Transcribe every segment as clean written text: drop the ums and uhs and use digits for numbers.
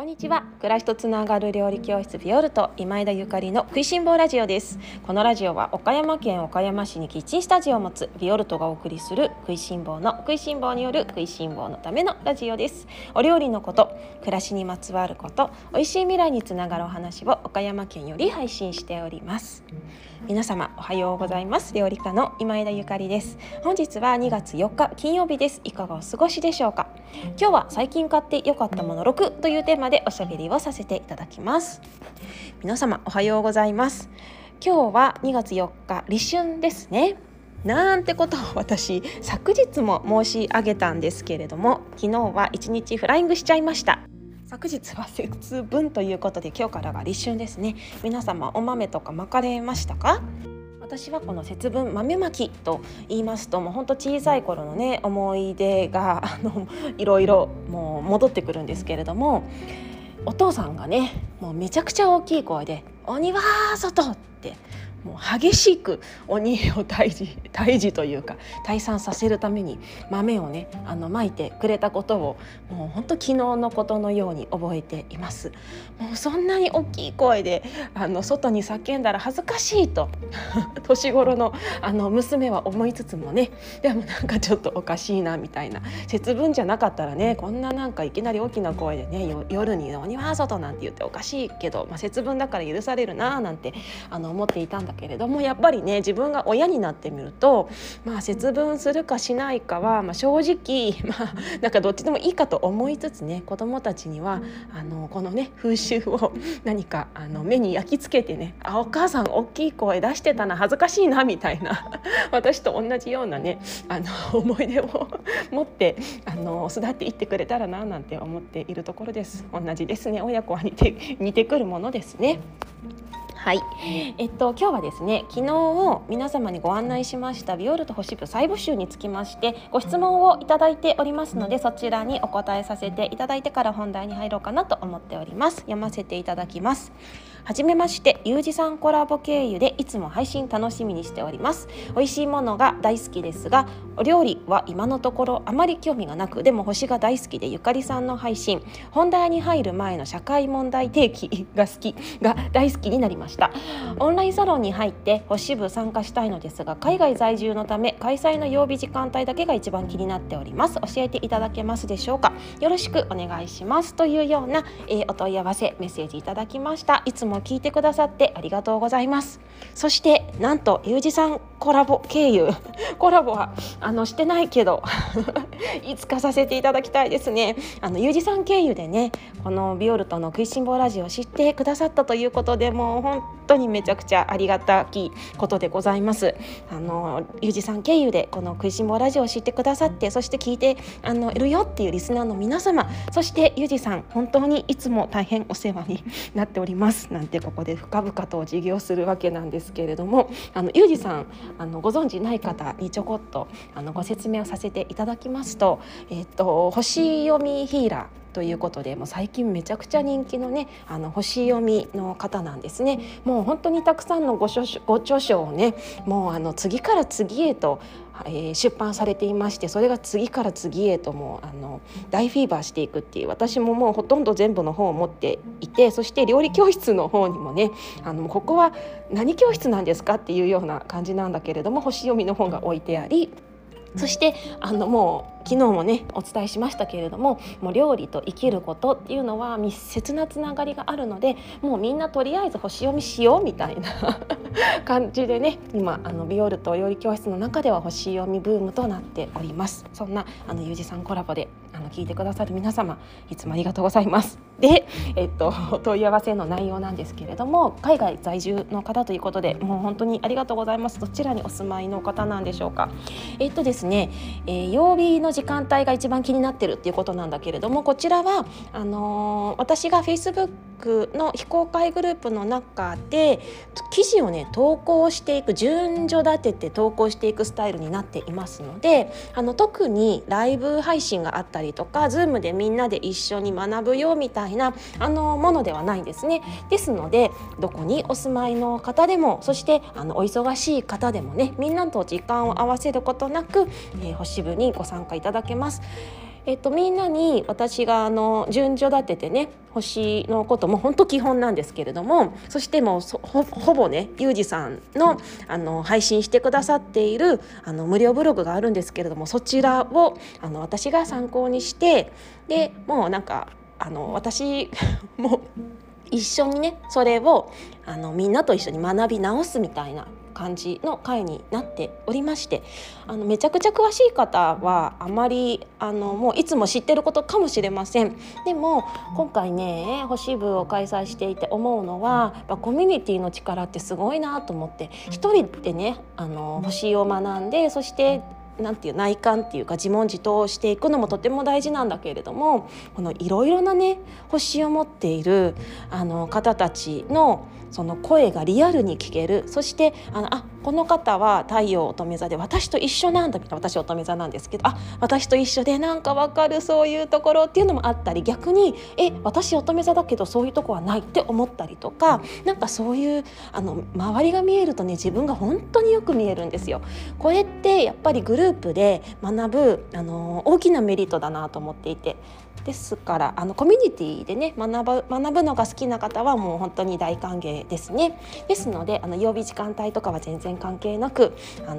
んにちは。暮らしとつながる料理教室ビオルト今枝ゆかりの食いしん坊ラジオです。このラジオは岡山県岡山市にキッチンスタジオを持つビオルトがお送りする食いしん坊の食いしん坊による食いしん坊のためのラジオです。お料理のこと、暮らしにまつわること、美味しい未来につながるお話を岡山県より配信しております。皆様おはようございます。料理家の今枝ゆかりです。本日は2月4日金曜日です。いかがお過ごしでしょうか。今日は最近買って良かったもの6というテーマでおしゃべりをさせていただきます。皆様おはようございます。今日は2月4日立春ですね。なんてことを私昨日も申し上げたんですけれども、昨日は1日フライングしちゃいました。昨日は節分ということで今日からが立春ですね。皆様お豆とか巻かれましたか？私はこの節分豆まきと言いますと、もうほんと小さい頃のね思い出がいろいろもう戻ってくるんですけれども、お父さんがねもうめちゃくちゃ大きい声で鬼は外ってもう激しく鬼を退治というか退散させるために豆をねまいてくれたことをもう本当昨日のことのように覚えています。もうそんなに大きい声で外に叫んだら恥ずかしいと年頃の娘は思いつつもね、でもなんかちょっとおかしいなみたいな、節分じゃなかったらねこんななんかいきなり大きな声でね夜に鬼は外なんて言っておかしいけど、節分だから許されるななんて思っていたんだけれども、やっぱりね自分が親になってみると、節分するかしないかは、正直なんかどっちでもいいかと思いつつね、子どもたちにはこのね風習を何か目に焼き付けてね、お母さん大きい声出してたな恥ずかしいなみたいな私と同じようなね思い出を持って育っていってくれたらななんて思っているところです。同じですね。親子は似てくるものですね。はい、今日はですね、昨日皆様にご案内しましたビオルト星部再募集につきましてご質問をいただいておりますので、そちらにお答えさせていただいてから本題に入ろうかなと思っております。読ませていただきます。はじめまして、ゆうじさんコラボ経由でいつも配信楽しみにしております。美味しいものが大好きですが、お料理は今のところあまり興味がなく、でも星が大好きでゆかりさんの配信、本題に入る前の社会問題提起が大好きになりました。オンラインサロンに入って星部参加したいのですが、海外在住のため開催の曜日時間帯だけが一番気になっております。教えていただけますでしょうか。よろしくお願いしますというような、お問い合わせメッセージいただきました。いつも聞いてくださってありがとうございます。そしてなんとゆうじさんコラボ経由コラボはしてないけどいつかさせていただきたいですね。ゆうじさん経由でねこのビオルトの食いしん坊ラジオを知ってくださったということで、もう本当にめちゃくちゃありがたきことでございます。ゆうじさん経由でこの食いしん坊ラジオを知ってくださって、そして聞いているよっていうリスナーの皆様、そしてゆうじさん本当にいつも大変お世話になっておりますなんてここで深々と授業するわけなんですけれども、ゆうじさんご存じない方にちょこっとご説明をさせていただきますと、星読みヒーラーということで、もう最近めちゃくちゃ人気のね星読みの方なんですね。もう本当にたくさんのご著書をねもう次から次へと、出版されていまして、それが次から次へともう大フィーバーしていくっていう、私ももうほとんど全部の本を持っていて、そして料理教室の方にもねここは何教室なんですかっていうような感じなんだけれども、星読みの本が置いてあり、そしてもう昨日もねお伝えしましたけれども、もう料理と生きることっていうのは密接なつながりがあるので、もうみんなとりあえず星読みしようみたいな感じでね、今ビオルト料理教室の中では星読みブームとなっております。そんなゆうじさんコラボで聞いてくださる皆様いつもありがとうございます。で、問い合わせの内容なんですけれども、海外在住の方ということでもう本当にありがとうございます。どちらにお住まいの方なんでしょうか。ですね、曜日の時間帯が一番気になってるっていうことなんだけれども、こちらは私が Facebook の非公開グループの中で記事をね投稿していく、順序立てて投稿していくスタイルになっていますので、特にライブ配信があったりとか Zoom でみんなで一緒に学ぶよみたいなものではないんですね。ですのでどこにお住まいの方でも、そしてお忙しい方でもね、みんなと時間を合わせることなく、星部にご参加いただけます。 みんなに私が順序立ててね星のことも本当基本なんですけれども、そしてもうほぼねゆうじさんの、配信してくださっている無料ブログがあるんですけれども、そちらを私が参考にして、でもうなんか私も一緒にねそれをみんなと一緒に学び直すみたいな感じの回になっておりまして、めちゃくちゃ詳しい方はあまりもういつも知ってることかもしれません。でも今回ね星部を開催していて思うのは、やっぱコミュニティの力ってすごいなと思って、一人でね星を学んで、そしてなんていう内観っていうか自問自答していくのもとても大事なんだけれども、このいろいろなね星を持っている方たちのその声がリアルに聞ける。そしてこの方は太陽乙女座で私と一緒なんだみたいな、私乙女座なんですけど、私と一緒でなんか分かるそういうところっていうのもあったり、逆に私乙女座だけどそういうとこはないって思ったりとか、なんかそういう周りが見えるとね自分が本当によく見えるんですよ。これってやっぱりグループで学ぶ大きなメリットだなと思っていて、ですからコミュニティでね学ぶのが好きな方はもう本当に大歓迎ですね。ですので曜日時間帯とかは全然関係なく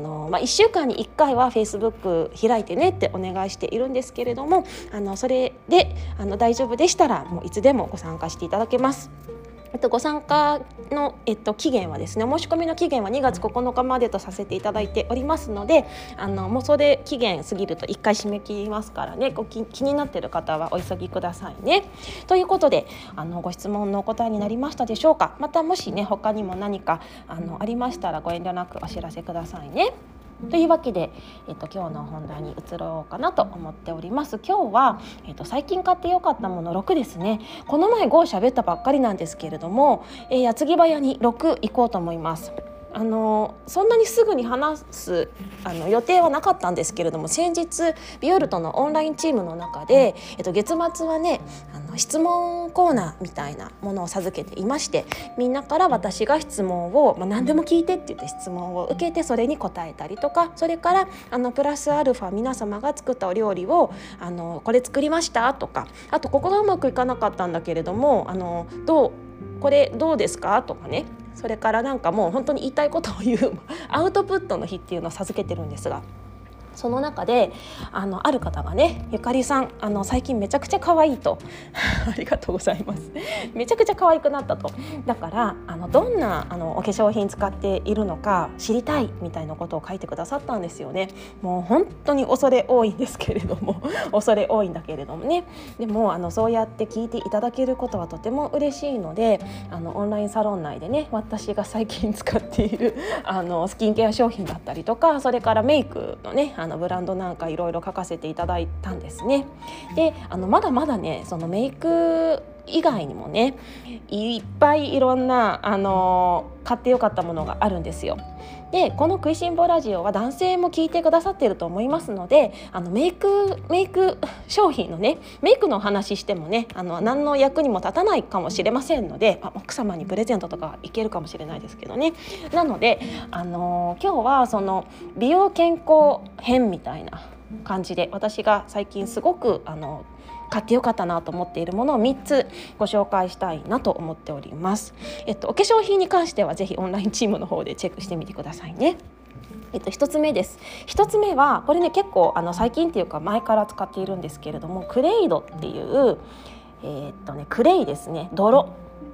1週間に1回は Facebook 開いてねってお願いしているんですけれども、それで大丈夫でしたらもういつでもご参加していただけます。ご参加の、期限はですね、申し込みの期限は2月9日までとさせていただいておりますので、もうそれ期限過ぎると1回締め切りますからね、気になっている方はお急ぎくださいね。ということでご質問のお答えになりましたでしょうか。またもしね他にも何かありましたらご遠慮なくお知らせくださいね。というわけで、今日の本題に移ろうかなと思っております。今日は、最近買ってよかったもの6ですね。この前5喋ったばっかりなんですけれども、矢継ぎ早に6行こうと思います。そんなにすぐに話す予定はなかったんですけれども、先日ビオルトのオンラインチームの中で、月末はね質問コーナーみたいなものを授けていまして、みんなから私が質問を、何でも聞いてって言って質問を受けて、それに答えたりとか、それからプラスアルファ皆様が作ったお料理をこれ作りましたとか、あとここがうまくいかなかったんだけれどもこれどうですかとかね、それからなんかもう本当に言いたいことを言うアウトプットの日っていうのを授けてるんですが、その中である方がね、ゆかりさん最近めちゃくちゃ可愛いとありがとうございます。めちゃくちゃ可愛くなったと。だからどんなお化粧品使っているのか知りたいみたいなことを書いてくださったんですよね。もう本当に恐れ多いんですけれども恐れ多いんだけれどもね、でもそうやって聞いていただけることはとても嬉しいので、オンラインサロン内でね私が最近使っているスキンケア商品だったりとか、それからメイクのねブランドなんかいろいろ書かせていただいたんですね。でまだまだねそのメイク以外にもねいっぱいいろんな買ってよかったものがあるんですよ。でこの食いしん坊ラジオは男性も聞いてくださっていると思いますので、メイク商品のねメイクのお話してもね何の役にも立たないかもしれませんので、奥様にプレゼントとかいけるかもしれないですけどね。なので今日はその美容健康編みたいな感じで、私が最近すごく買ってよかったなと思っているものを3つご紹介したいなと思っております。お化粧品に関してはぜひオンラインチームの方でチェックしてみてくださいね。1つ目です。1つ目はこれね結構最近っていうか前から使っているんですけれども、クレイドっていうクレイですね、泥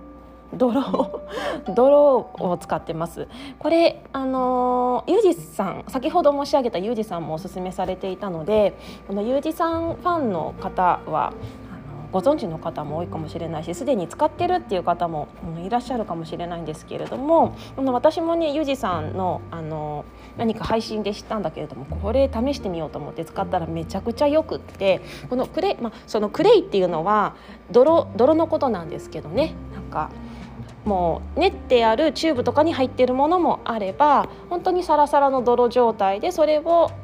を使ってます。これユージさん、先ほど申し上げたユージさんもおすすめされていたので、このユージさんファンの方はご存知の方も多いかもしれないし、すでに使ってるっていう方もいらっしゃるかもしれないんですけれども、私もねユージさんの何か配信で知ったんだけれども、これ試してみようと思って使ったらめちゃくちゃよくって、このそのクレイっていうのは泥のことなんですけどね、なんかもう練ってあるチューブとかに入っているものもあれば、本当にサラサラの泥状態でそれを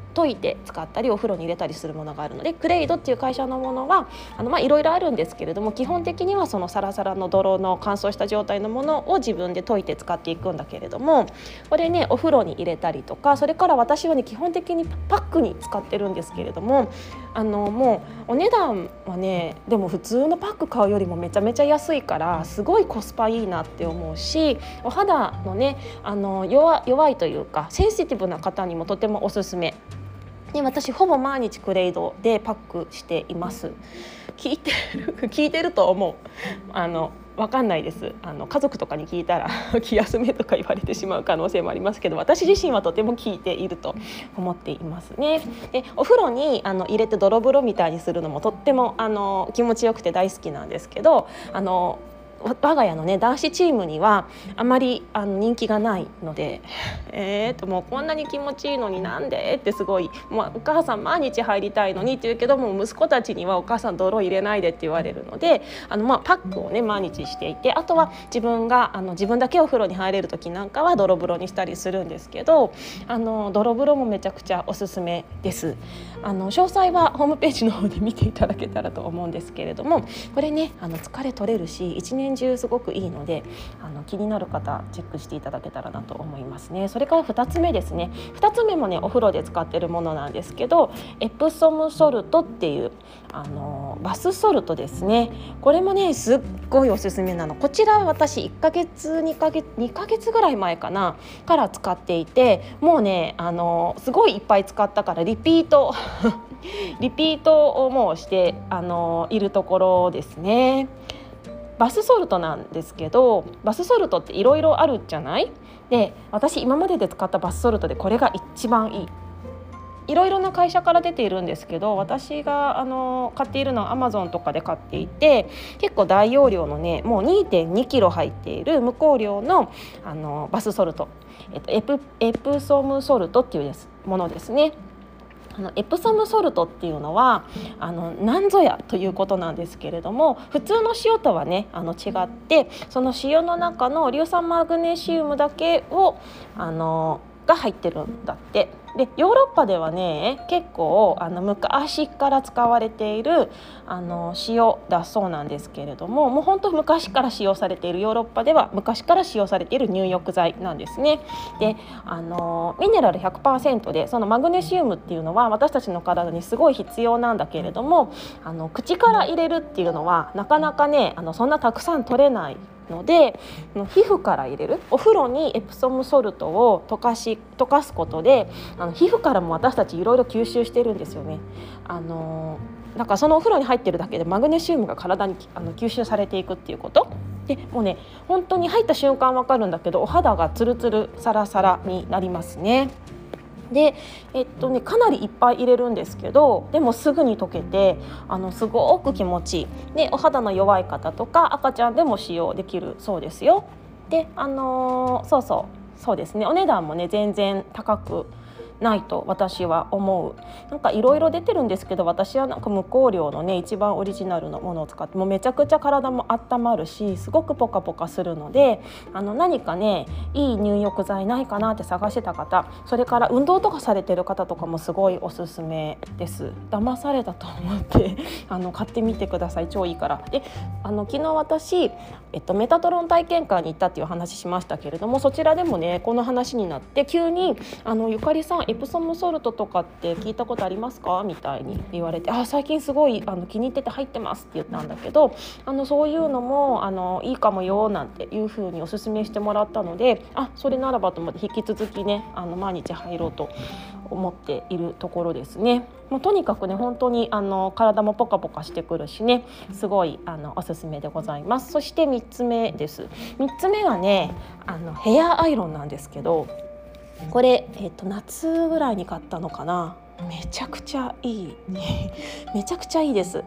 溶いて使ったりお風呂に入れたりするものがあるので、クレイドっていう会社のものはいろいろあるんですけれども、基本的にはそのサラサラの泥の乾燥した状態のものを自分で溶いて使っていくんだけれども、これねお風呂に入れたりとか、それから私はね基本的にパックに使ってるんですけれども、もうお値段はねでも普通のパック買うよりもめちゃめちゃ安いからすごいコスパいいなって思うし、お肌のね弱いというかセンシティブな方にもとてもおすすめで、私ほぼ毎日クレイドでパックしています。聞いてると思う。わかんないです。家族とかに聞いたら気休めとか言われてしまう可能性もありますけど、私自身はとても効いていると思っていますね。でお風呂に入れて泥風呂みたいにするのもとっても気持ちよくて大好きなんですけど、我が家のね男子チームにはあまり人気がないので、もうこんなに気持ちいいのになんでってすごい、お母さん毎日入りたいのにって言うけども、息子たちにはお母さん泥入れないでって言われるので、パックをね毎日していて、あとは自分だけお風呂に入れる時なんかは泥風呂にしたりするんですけど、泥風呂もめちゃくちゃおすすめです。詳細はホームページの方で見ていただけたらと思うんですけれども、これね疲れ取れるし一年中すごくいいので、気になる方チェックしていただけたらなと思いますね。それから2つ目ですね。2つ目もねお風呂で使っているものなんですけど、エプソムソルトっていうバスソルトですね。これもねすっごいおすすめなの。こちらは私1ヶ月2ヶ月ぐらい前から使っていて、もうねすごいいっぱい使ったからリピートをもうしているところですね。バスソルトなんですけど、バスソルトっていろいろあるじゃない。で私今までで使ったバスソルトでこれが一番いい。いろいろな会社から出ているんですけど、私が買っているのは Amazon とかで買っていて、結構大容量のねもう 2.2 キロ入っている無香料のバスソルト、エプソムソルトっていうものですね。エプソムソルトっていうのは何ぞやということなんですけれども、普通の塩とはね違って、その塩の中の硫酸マグネシウムだけをが入ってるんだって。でヨーロッパではね結構昔から使われている塩だそうなんですけれども、もう本当昔から使用されている、ヨーロッパでは昔から使用されている入浴剤なんですね。でミネラル 100% で、そのマグネシウムっていうのは私たちの体にすごい必要なんだけれども、口から入れるっていうのはなかなかねそんなたくさん取れないので、皮膚から入れるお風呂にエプソムソルトを溶かすことで皮膚からも私たちいろいろ吸収してるんですよね。だからそのお風呂に入ってるだけでマグネシウムが体に吸収されていくっていうことで、もうね本当に入った瞬間わかるんだけど、お肌がツルツルサラサラになりますね。でかなりいっぱい入れるんですけど、でもすぐに溶けてすごく気持ちいい。でお肌の弱い方とか赤ちゃんでも使用できるそうですよ。でそうですね、お値段もね全然高くないと私は思う。なんかいろいろ出てるんですけど、私はなんか無香料のね一番オリジナルのものを使って、もうめちゃくちゃ体も温まるしすごくポカポカするので、何かねいい入浴剤ないかなって探してた方、それから運動とかされてる方とかもすごいおすすめです。騙されたと思って買ってみてください。超いいから。で昨日私、メタトロン体験会に行ったっていう話しましたけれども、そちらでもねこの話になって急にゆかりさんエプソムソルトとかって聞いたことありますかみたいに言われて、最近すごい気に入ってて入ってますって言ったんだけど、そういうのもいいかもよなんていうふうにおすすめしてもらったので、それならばと思って引き続きね毎日入ろうと思っているところですね。もうとにかくね本当に体もポカポカしてくるしね、すごいおすすめでございます。そして3つ目です。3つ目はねヘアアイロンなんですけど、これ、夏ぐらいに買ったのかな。めちゃくちゃいいめちゃくちゃいいです。ずっ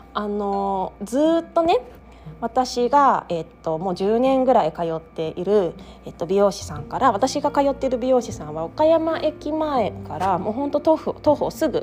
とね私が、もう10年ぐらい通っている、美容師さんから、私が通っている美容師さんは岡山駅前からもうほんと徒歩すぐ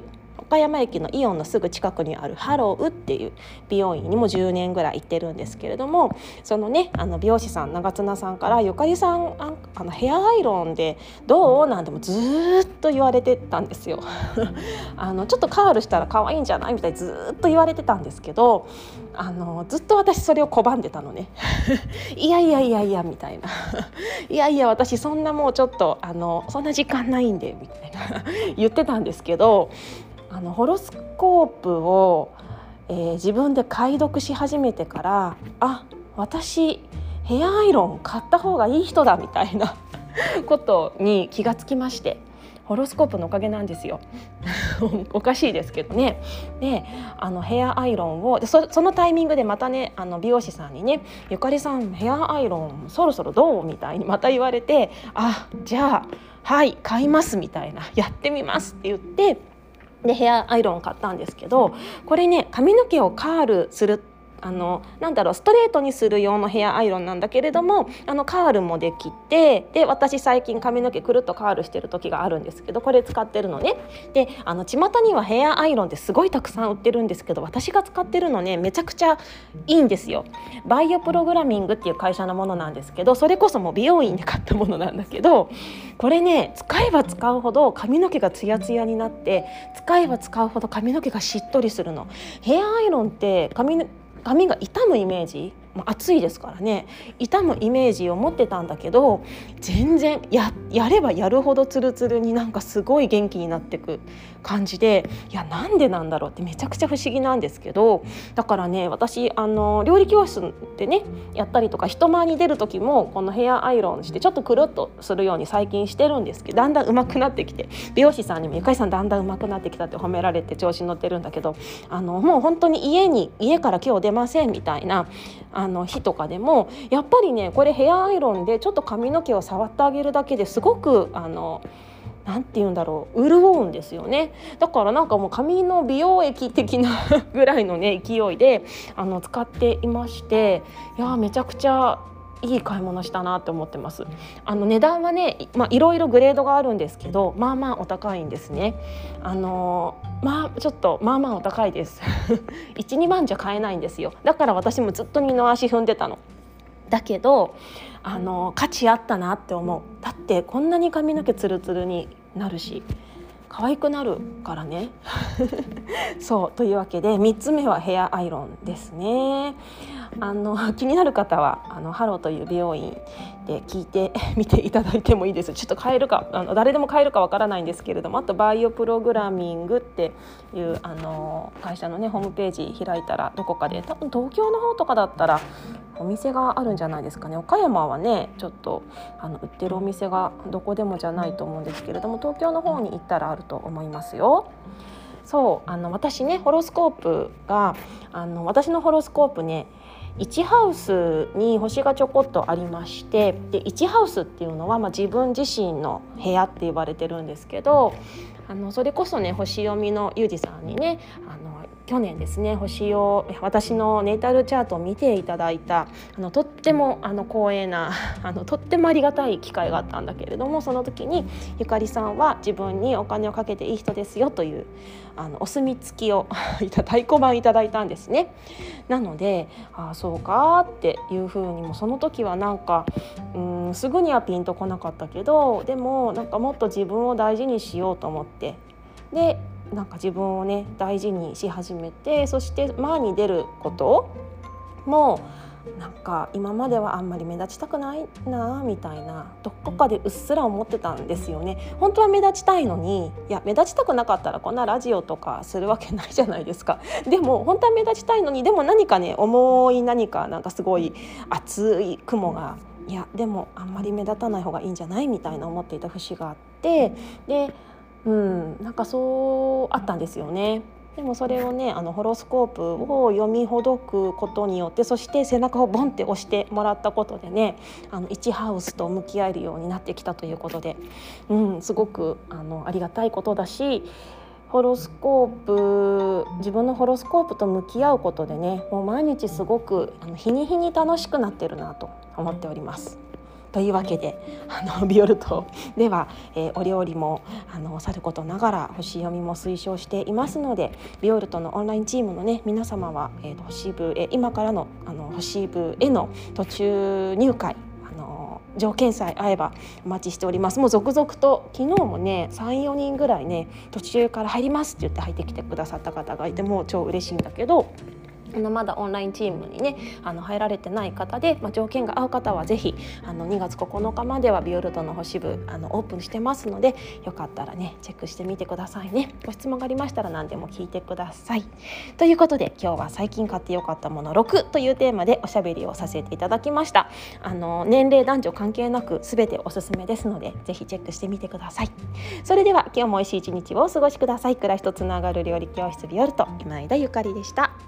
岡山駅のイオンのすぐ近くにあるハローっていう美容院にも10年ぐらい行ってるんですけれども、そのね美容師さん長綱さんからゆかりさんヘアアイロンでどうなんてもずっと言われてたんですよちょっとカールしたら可愛いんじゃないみたいにずっと言われてたんですけど、ずっと私それを拒んでたのねいやいやいやいやみたいないやいや私そんなもうちょっとそんな時間ないんでみたいな言ってたんですけど、ホロスコープを、自分で解読し始めてから、私ヘアアイロン買った方がいい人だみたいなことに気がつきまして、ホロスコープのおかげなんですよおかしいですけどね。でヘアアイロンをそのタイミングでまたね美容師さんにねゆかりさんヘアアイロンそろそろどうみたいにまた言われて、じゃあはい買いますみたいな、やってみますって言ってでヘアアイロンを買ったんですけど、これね髪の毛をカールするストレートにする用のヘアアイロンなんだけれどもカールもできて、で私最近髪の毛くるっとカールしてる時があるんですけど、これ使ってるのね。で巷にはヘアアイロンってすごいたくさん売ってるんですけど、私が使ってるのねめちゃくちゃいいんですよ。バイオプログラミングっていう会社のものなんですけど、それこそもう美容院で買ったものなんだけど、これね使えば使うほど髪の毛がツヤツヤになって、使えば使うほど髪の毛がしっとりするの。ヘアアイロンって髪が傷むイメージ、暑いですからね傷むイメージを持ってたんだけど、全然 やればやるほどツルツルになんかすごい元気になってく感じで、なんでなんだろうってめちゃくちゃ不思議なんですけど、だからね私料理教室でねやったりとか人前に出る時もこのヘアアイロンしてちょっとくるっとするように最近してるんですけど、だんだん上手くなってきて美容師さんにもゆかりさんだんだん上手くなってきたって褒められて調子に乗ってるんだけど、もう本当に家から今日出ませんみたいな日とかでもやっぱりねこれヘアアイロンでちょっと髪の毛を触ってあげるだけですごくなんて言うんだろう、潤うんですよね。だからなんかもう髪の美容液的なぐらいのね勢いで使っていまして、めちゃくちゃいい買い物したなって思ってます。値段はねいろいろグレードがあるんですけど、お高いんですね。ちょっとお高いです1、2万じゃ買えないんですよ。だから私もずっと二の足踏んでたの。だけど価値あったなって思う。だってこんなに髪の毛ツルツルになるし可愛くなるからねそうというわけで3つ目はヘアアイロンですね。気になる方はハローという美容院で聞いてみていただいてもいいです。ちょっと買えるか誰でも買えるかわからないんですけれども、あとバイオプログラミングっていう会社のねホームページ開いたらどこかで多分東京の方とかだったらお店があるんじゃないですかね。岡山はねちょっと売ってるお店がどこでもじゃないと思うんですけれども、東京の方に行ったらあると思いますよ。そう私ねホロスコープが私のホロスコープね1ハウスに星がちょこっとありまして、で1ハウスっていうのは、自分自身の部屋って言われてるんですけど、それこそね星読みのゆうじさんにね去年ですね私のネイタルチャートを見ていただいたとっても光栄なとってもありがたい機会があったんだけれども、その時にゆかりさんは自分にお金をかけていい人ですよというお墨付きを太鼓判いただいたんですね。なのでそうかっていうふうにもその時はなんかすぐにはピンとこなかったけど、でもなんかもっと自分を大事にしようと思って、でなんか自分をね大事にし始めて、そして前に出ることもなんか今まではあんまり目立ちたくないなみたいなどこかでうっすら思ってたんですよね。本当は目立ちたいのに、目立ちたくなかったらこんなラジオとかするわけないじゃないですか。でも本当は目立ちたいのに、でも何かね何かすごい熱い雲がでもあんまり目立たない方がいいんじゃないみたいな思っていた節があって、でなんかそうあったんですよね。でもそれをねホロスコープを読みほどくことによって、そして背中をボンって押してもらったことでね1ハウスと向き合えるようになってきたということで、すごくありがたいことだし、自分のホロスコープと向き合うことでねもう毎日すごく日に日に楽しくなってるなと思っております。 というわけでビオルトでは、お料理もさることながら星読みも推奨していますので、ビオルトのオンラインチームのね皆様は、星部今からの星部への途中入会条件さえ合えばお待ちしております。もう続々と昨日もね 3,4 人ぐらいね途中から入りますって言って入ってきてくださった方がいて、もう超嬉しいんだけど、まだオンラインチームにね入られてない方で、条件が合う方はぜひ2月9日まではビオルトの星部オープンしてますので、よかったらねチェックしてみてくださいね。ご質問がありましたら何でも聞いてください。ということで今日は最近買ってよかったもの6というテーマでおしゃべりをさせていただきました。年齢男女関係なく全ておすすめですので、ぜひチェックしてみてください。それでは今日も美味しい一日をお過ごしください。暮らしとつながる料理教室ビオルト、今井田ゆかりでした。